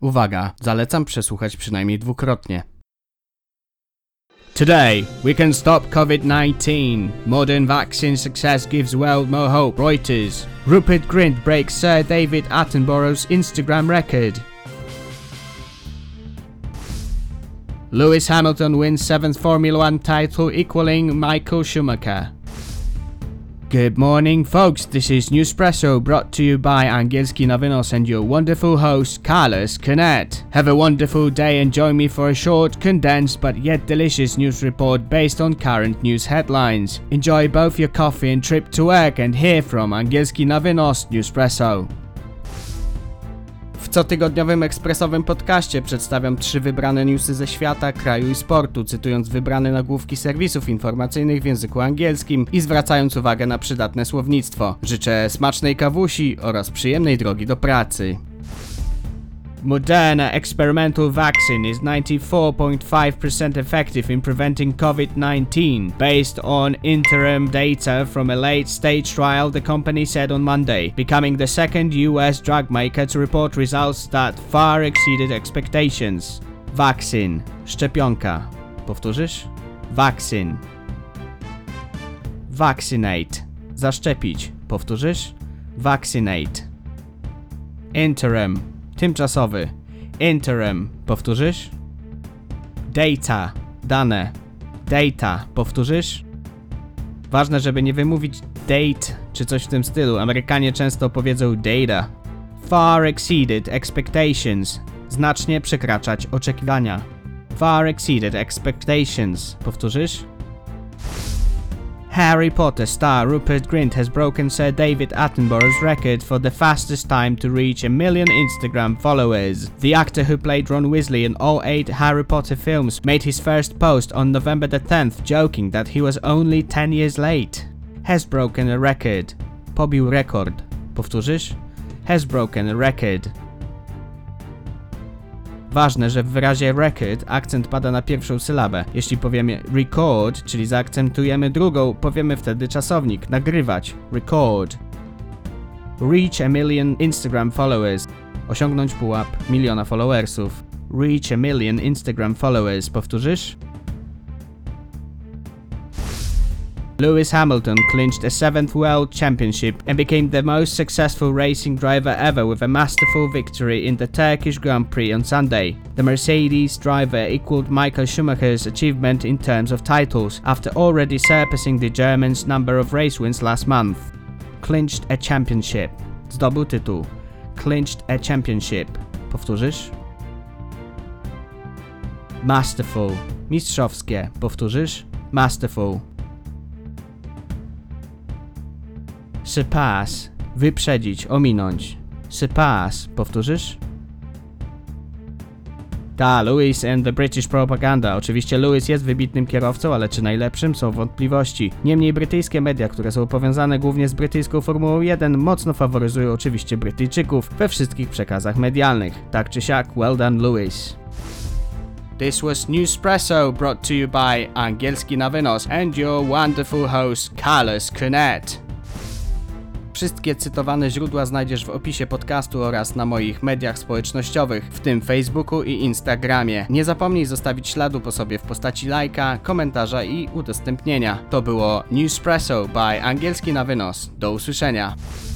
Uwaga, zalecam przesłuchać przynajmniej dwukrotnie. Today, we can stop COVID-19. Modern vaccine success gives world more hope. Reuters. Rupert Grint breaks Sir David Attenborough's Instagram record. Lewis Hamilton wins 7th Formula One title, equaling Michael Schumacher. Good morning, folks. This is Newspresso, brought to you by Angielski Novinos and your wonderful host, Carlos Canet. Have a wonderful day and join me for a short, condensed, but yet delicious news report based on current news headlines. Enjoy both your coffee and trip to work and hear from Angielski Novinos Newspresso. W cotygodniowym ekspresowym podcaście przedstawiam 3 wybrane newsy ze świata, kraju i sportu, cytując wybrane nagłówki serwisów informacyjnych w języku angielskim i zwracając uwagę na przydatne słownictwo. Życzę smacznej kawusi oraz przyjemnej drogi do pracy. Moderna experimental vaccine is 94.5% effective in preventing COVID-19, based on interim data from a late-stage trial, the company said on Monday, becoming the second US drug maker to report results that far exceeded expectations. Vaccine. Szczepionka. Powtórzysz? Vaccine. Vaccinate. Zaszczepić. Powtórzysz? Vaccinate. Interim. Tymczasowy. Interim. Powtórzysz? Data. Dane. Data. Powtórzysz? Ważne, żeby nie wymówić date czy coś w tym stylu. Amerykanie często powiedzą data. Far exceeded expectations. Znacznie przekraczać oczekiwania. Far exceeded expectations. Powtórzysz? Harry Potter star Rupert Grint has broken Sir David Attenborough's record for the fastest time to reach 1 million Instagram followers. The actor who played Ron Weasley in all 8 Harry Potter films made his first post on November the 10th, joking that he was only 10 years late. Has broken a record. Pobił rekord. Powtórzysz? Has broken a record. Ważne, że w wyrazie record akcent pada na pierwszą sylabę. Jeśli powiemy record, czyli zaakcentujemy drugą, powiemy wtedy czasownik, nagrywać, record. Reach 1 million Instagram followers. Osiągnąć pułap 1 miliona followersów. Reach 1 million Instagram followers. Powtórzysz? Lewis Hamilton clinched a 7th World Championship and became the most successful racing driver ever with a masterful victory in the Turkish Grand Prix on Sunday. The Mercedes driver equaled Michael Schumacher's achievement in terms of titles, after already surpassing the German's number of race wins last month. Clinched a championship. Zdobył tytuł. Clinched a championship. Powtórzysz? Masterful. Mistrzowskie. Powtórzysz? Masterful. Surpass. Wyprzedzić, ominąć. Surpass. Powtórzysz? Lewis and the British Propaganda. Oczywiście Lewis jest wybitnym kierowcą, ale czy najlepszym, są wątpliwości. Niemniej brytyjskie media, które są powiązane głównie z brytyjską Formułą 1, mocno faworyzują oczywiście Brytyjczyków we wszystkich przekazach medialnych. Tak czy siak, well done Lewis. This was Newspresso, brought to you by Angielski Novinos and your wonderful host Carlos Canet. Wszystkie cytowane źródła znajdziesz w opisie podcastu oraz na moich mediach społecznościowych, w tym Facebooku i Instagramie. Nie zapomnij zostawić śladu po sobie w postaci lajka, komentarza i udostępnienia. To było Newspresso by Angielski Novinos. Do usłyszenia.